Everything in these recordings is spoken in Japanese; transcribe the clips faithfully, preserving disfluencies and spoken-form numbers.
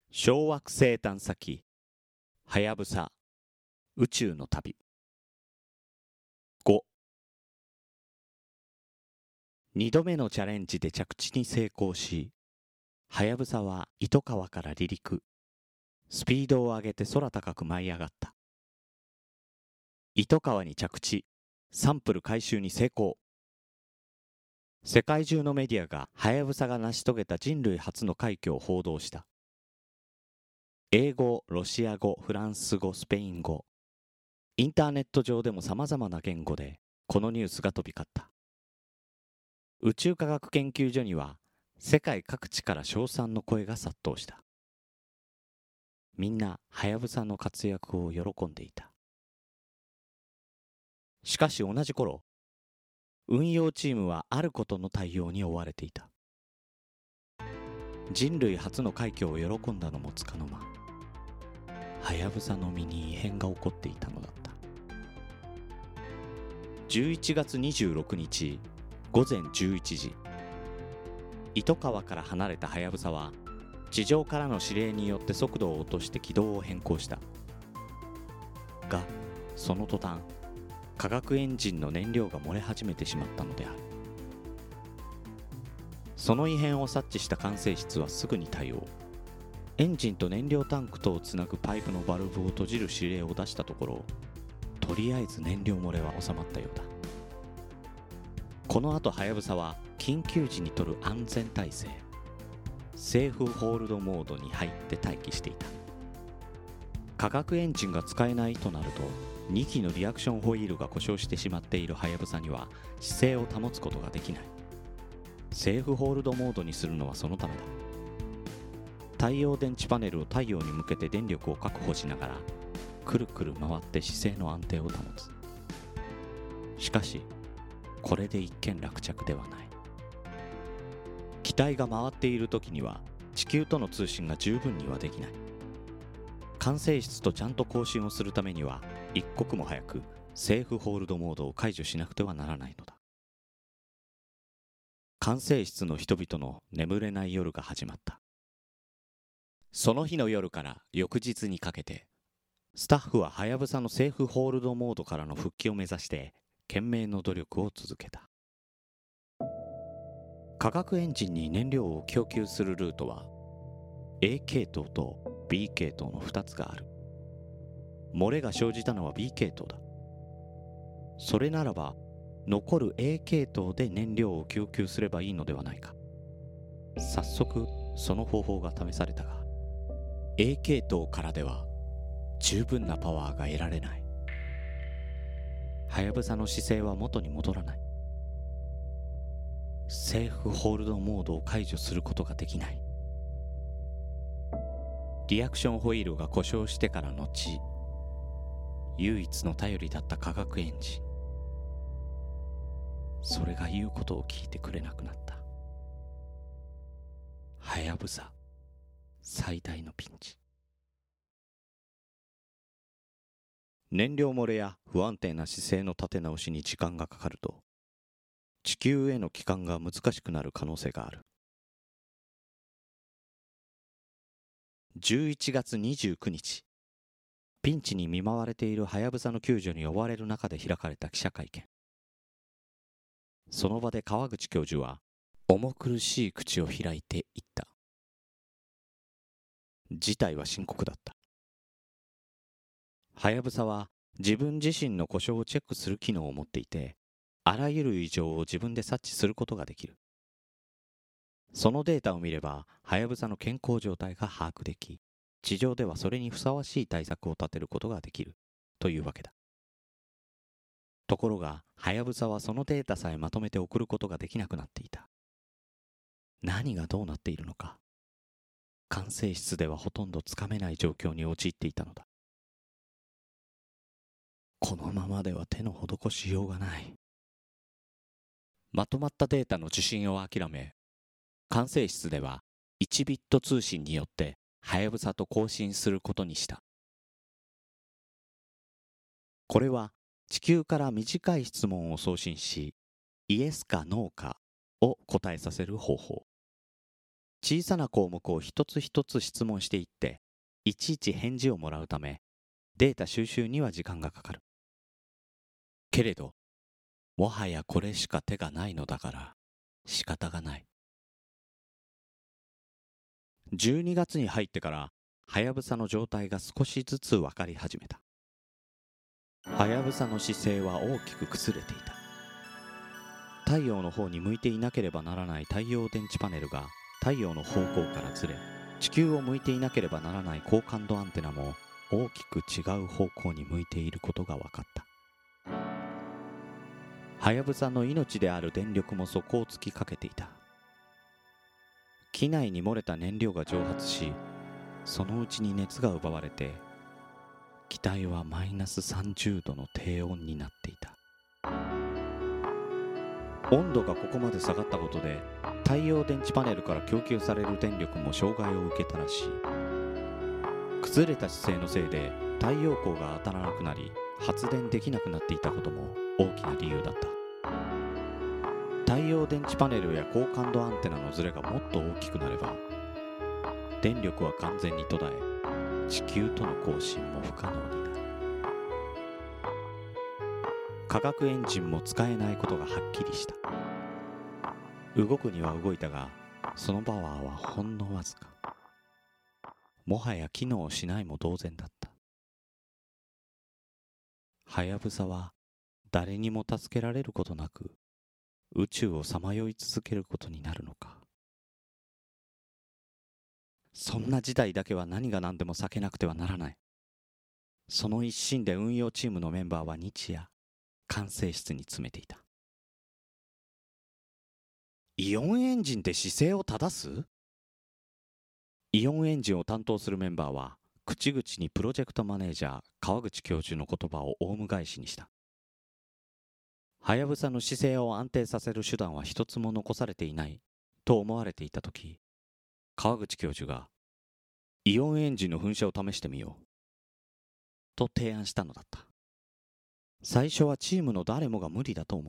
小惑星探査機はやぶさ宇宙の旅。ご、にどめのチャレンジで着地に成功し、はやぶさは糸川から離陸、スピードを上げて空高く舞い上がった。糸川に着地、サンプル回収に成功。世界中のメディアがはやぶさが成し遂げた人類初の快挙を報道した。英語、ロシア語、フランス語、スペイン語、インターネット上でも様々な言語でこのニュースが飛び交った。宇宙科学研究所には世界各地から称賛の声が殺到した。みんなはやぶさの活躍を喜んでいた。しかし同じ頃、運用チームはあることの対応に追われていた。人類初の快挙を喜んだのもつかの間、はやぶさの身に異変が起こっていたのだった。じゅういちがつにじゅうろくにちごぜんじゅういちじ、糸川から離れたはやぶさは地上からの指令によって速度を落として軌道を変更した。が、その途端、化学エンジンの燃料が漏れ始めてしまったのである。その異変を察知した管制室はすぐに対応。エンジンと燃料タンクとをつなぐパイプのバルブを閉じる指令を出したところ、とりあえず燃料漏れは収まったようだ。この後はやぶさは緊急時に取る安全態勢、セーフホールドモードに入って待機していた。化学エンジンが使えないとなると、にきのリアクションホイールが故障してしまっているはやぶさには姿勢を保つことができない。セーフホールドモードにするのはそのためだ。太陽電池パネルを太陽に向けて電力を確保しながら、くるくる回って姿勢の安定を保つ。しかし、これで一件落着ではない。機体が回っている時には地球との通信が十分にはできない。管制室とちゃんと交信をするためには一刻も早くセーフホールドモードを解除しなくてはならないのだ。管制室の人々の眠れない夜が始まった。その日の夜から翌日にかけて、スタッフははやぶさのセーフホールドモードからの復帰を目指して懸命の努力を続けた。化学エンジンに燃料を供給するルートは A 系統と B 系統のふたつがある。漏れが生じたのは B 系統だ。それならば残る A 系統で燃料を供給すればいいのではないか。早速その方法が試されたが、 A 系統からでは十分なパワーが得られない。はやぶさの姿勢は元に戻らない。セーフホールドモードを解除することができない。リアクションホイールが故障してからの後、唯一の頼りだった化学エンジン、それが言うことを聞いてくれなくなった。はやぶさ最大のピンチ。燃料漏れや不安定な姿勢の立て直しに時間がかかると、地球への帰還が難しくなる可能性がある。じゅういちがつにじゅうくにち、ピンチに見舞われているはやぶさの救助に追われる中で開かれた記者会見。その場で川口教授は重苦しい口を開いて言った。事態は深刻だった。はやぶさは自分自身の故障をチェックする機能を持っていて、あらゆる異常を自分で察知することができる。そのデータを見れば、はやぶさの健康状態が把握でき、地上ではそれにふさわしい対策を立てることができるというわけだ。ところが、はやぶさはそのデータさえまとめて送ることができなくなっていた。何がどうなっているのか、管制室ではほとんどつかめない状況に陥っていたのだ。このままでは手の施しようがない。まとまったデータの受信を諦め、管制室ではいちビット通信によってはやぶさと交信することにした。これは地球から短い質問を送信し、イエスかノーかを答えさせる方法。 小さな項目を一つ一つ質問していって、いちいち返事をもらうため、データ収集には時間がかかる。けれど、もはやこれしか手がないのだから仕方がない。じゅうにがつに入ってからはやぶさの状態が少しずつ分かり始めた。はやぶさの姿勢は大きく崩れていた。太陽の方に向いていなければならない太陽電池パネルが太陽の方向からずれ、地球を向いていなければならない高感度アンテナも大きく違う方向に向いていることが分かった。はやぶさの命である電力も底をつきかけていた。機内に漏れた燃料が蒸発し、そのうちに熱が奪われて、機体はマイナスさんじゅうどの低温になっていた。温度がここまで下がったことで、太陽電池パネルから供給される電力も障害を受けたらしい。崩れた姿勢のせいで太陽光が当たらなくなり、発電できなくなっていたことも大きな理由だった。太陽電池パネルや高感度アンテナのズレがもっと大きくなれば、電力は完全に途絶え、地球との交信も不可能になる。化学エンジンも使えないことがはっきりした。動くには動いたが、そのパワーはほんのわずか。もはや機能しないも同然だった。はやぶさは誰にも助けられることなく宇宙をさまよい続けることになるのか。そんな事態だけは何が何でも避けなくてはならない。その一心で運用チームのメンバーは日夜管制室に詰めていた。イオンエンジンで姿勢を正す？イオンエンジンを担当するメンバーは口々にプロジェクトマネージャー川口教授の言葉をオウム返しにした。はやぶさの姿勢を安定させる手段は一つも残されていないと思われていたとき、川口教授がイオンエンジンの噴射を試してみようと提案したのだった。最初はチームの誰もが無理だと思った。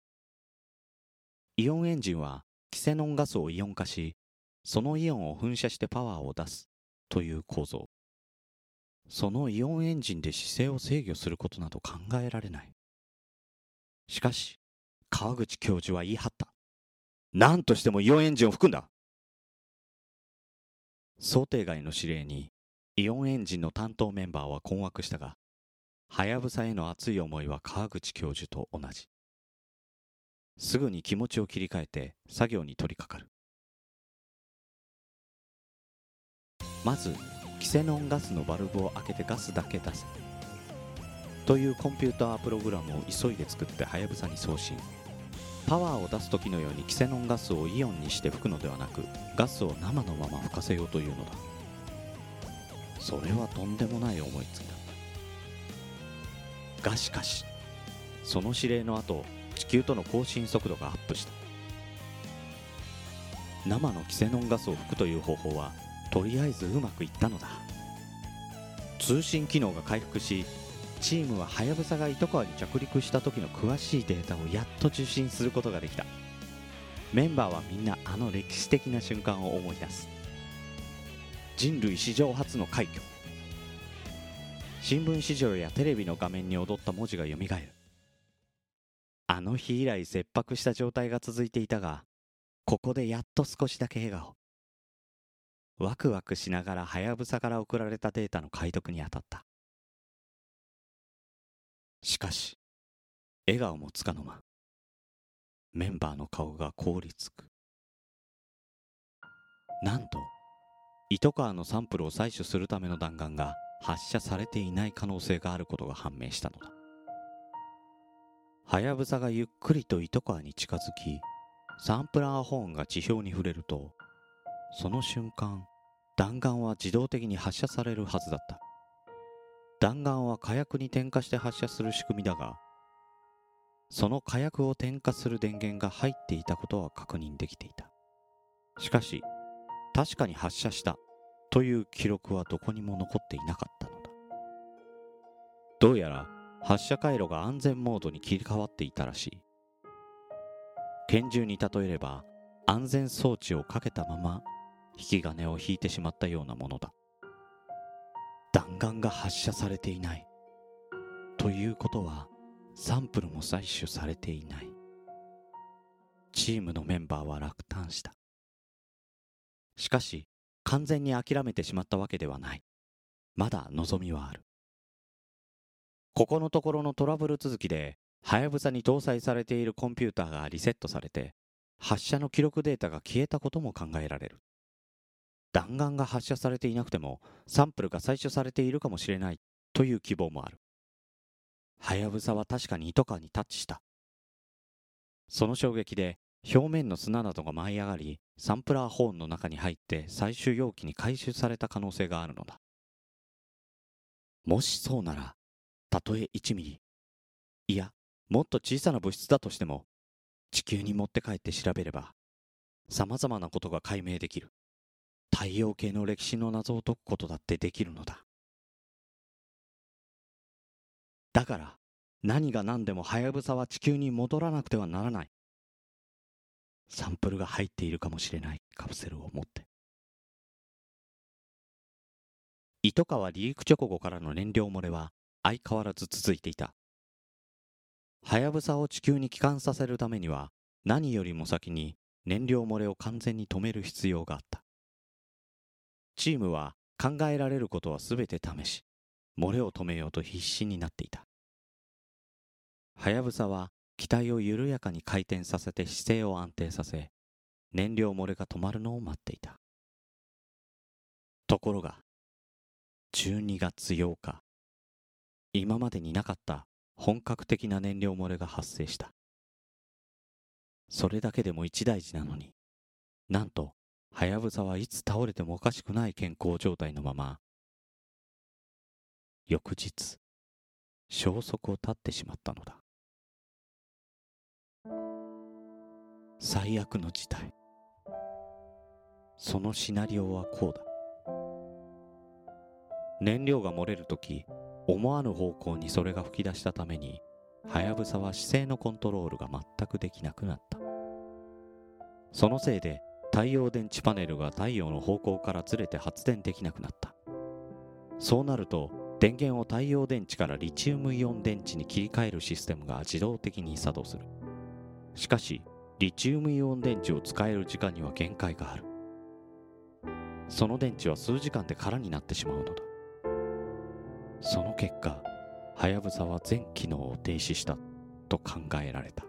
イオンエンジンはキセノンガスをイオン化し、そのイオンを噴射してパワーを出すという構造。そのイオンエンジンで姿勢を制御することなど考えられない。しかし川口教授は言い張った。何としてもイオンエンジンを吹くんだ。想定外の指令にイオンエンジンの担当メンバーは困惑したが、はやぶさへの熱い思いは川口教授と同じ。すぐに気持ちを切り替えて作業に取り掛かる。まずキセノンガスのバルブを開けてガスだけ出せというコンピュータープログラムを急いで作ってはやぶさに送信。パワーを出す時のようにキセノンガスをイオンにして吹くのではなく、ガスを生のまま吹かせようというのだ。それはとんでもない思いつきだった。がしかしその指令の後、地球との交信速度がアップした。生のキセノンガスを吹くという方法はとりあえずうまくいったのだ。通信機能が回復し、チームははやぶさが糸川に着陸した時の詳しいデータをやっと受信することができた。メンバーはみんなあの歴史的な瞬間を思い出す。人類史上初の快挙。新聞紙上やテレビの画面に踊った文字がよみがえる。あの日以来切迫した状態が続いていたが、ここでやっと少しだけ笑顔。ワクワクしながらはやぶさから送られたデータの解読に当たった。しかし笑顔もつかの間、メンバーの顔が凍りつく。なんと糸川のサンプルを採取するための弾丸が発射されていない可能性があることが判明したのだ。はやぶさがゆっくりと糸川に近づき、サンプラーホーンが地表に触れると、その瞬間弾丸は自動的に発射されるはずだった。弾丸は火薬に点火して発射する仕組みだが、その火薬を点火する電源が入っていたことは確認できていた。しかし確かに発射したという記録はどこにも残っていなかったのだ。どうやら発射回路が安全モードに切り替わっていたらしい。拳銃に例えれば安全装置をかけたまま引き金を引いてしまったようなものだ。弾丸が発射されていない。ということは、サンプルも採取されていない。チームのメンバーは落胆した。しかし、完全に諦めてしまったわけではない。まだ望みはある。ここのところのトラブル続きで、はやぶさに搭載されているコンピューターがリセットされて、発射の記録データが消えたことも考えられる。弾丸が発射されていなくても、サンプルが採取されているかもしれないという希望もある。はやぶさは確かに糸川にタッチした。その衝撃で、表面の砂などが舞い上がり、サンプラーホーンの中に入って最終容器に回収された可能性があるのだ。もしそうなら、たとえいちミリ、いや、もっと小さな物質だとしても、地球に持って帰って調べれば、様々なことが解明できる。太陽系の歴史の謎を解くことだってできるのだ。だから、何が何でもハヤブサは地球に戻らなくてはならない。サンプルが入っているかもしれないカプセルを持って。糸川離陸直後からの燃料漏れは相変わらず続いていた。はやぶさを地球に帰還させるためには、何よりも先に燃料漏れを完全に止める必要があった。チームは考えられることはすべて試し、漏れを止めようと必死になっていた。はやぶさは機体を緩やかに回転させて姿勢を安定させ、燃料漏れが止まるのを待っていた。ところが、じゅうにがつようか、今までになかった本格的な燃料漏れが発生した。それだけでも一大事なのに、なんと、はやぶさはいつ倒れてもおかしくない健康状態のまま、翌日、消息を絶ってしまったのだ。最悪の事態。そのシナリオはこうだ。燃料が漏れるとき、思わぬ方向にそれが吹き出したために、はやぶさは姿勢のコントロールが全くできなくなった。そのせいで、太陽電池パネルが太陽の方向からずれて発電できなくなった。そうなると、電源を太陽電池からリチウムイオン電池に切り替えるシステムが自動的に作動する。しかし、リチウムイオン電池を使える時間には限界がある。その電池は数時間で空になってしまうのだ。その結果、はやぶさは全機能を停止したと考えられた。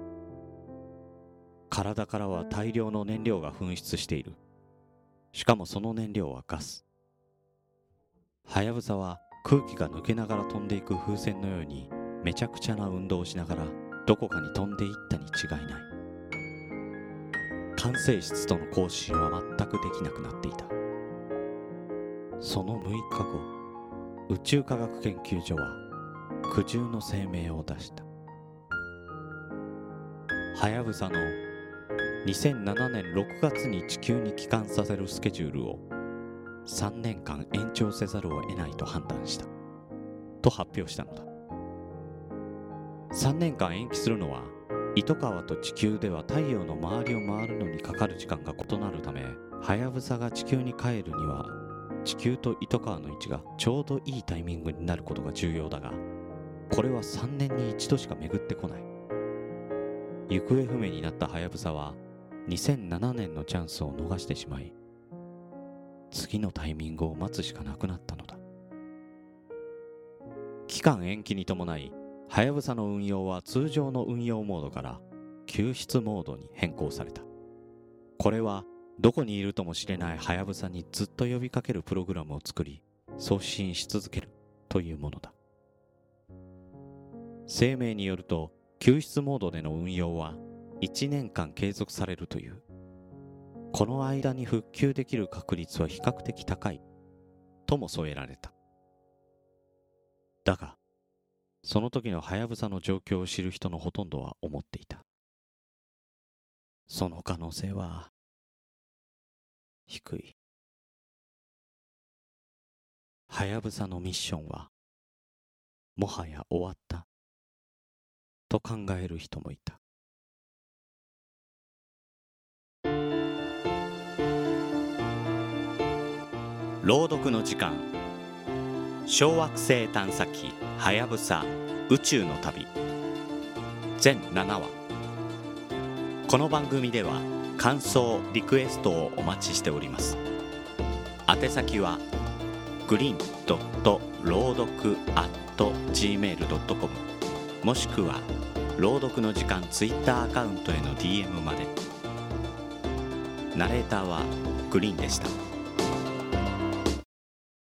体からは大量の燃料が噴出している。しかもその燃料はガス。はやぶさは空気が抜けながら飛んでいく風船のようにめちゃくちゃな運動をしながらどこかに飛んでいったに違いない。管制室との交信は全くできなくなっていた。そのむいかご、宇宙科学研究所は苦渋の声明を出した。はやぶさのにせんななねんろくがつに地球に帰還させるスケジュールをさんねんかん延長せざるを得ないと判断したと発表したのだ。さんねんかん延期するのは、糸川と地球では太陽の周りを回るのにかかる時間が異なるため、はやぶさが地球に帰るには地球と糸川の位置がちょうどいいタイミングになることが重要だが、これはさんねんに一度しか巡ってこない。行方不明になったはやぶさはにせんななねんのチャンスを逃してしまい、次のタイミングを待つしかなくなったのだ。期間延期に伴い、はやぶさの運用は通常の運用モードから救出モードに変更された。これはどこにいるともしれないはやぶさにずっと呼びかけるプログラムを作り送信し続けるというものだ。声明によると、救出モードでの運用はいちねんかん継続されるという。この間に復旧できる確率は比較的高いとも添えられた。だが、その時のはやぶさの状況を知る人のほとんどは思っていた。その可能性は低い。はやぶさのミッションはもはや終わったと考える人もいた。 朗読の時間、小惑星探査機はやぶさ宇宙の旅全ななわ。この番組では感想リクエストをお待ちしております。宛先はグリーンドット朗読アットジーメールドットコム もしくは朗読の時間ツイッターアカウントへの ディーエム まで。ナレーターはグリーンでした。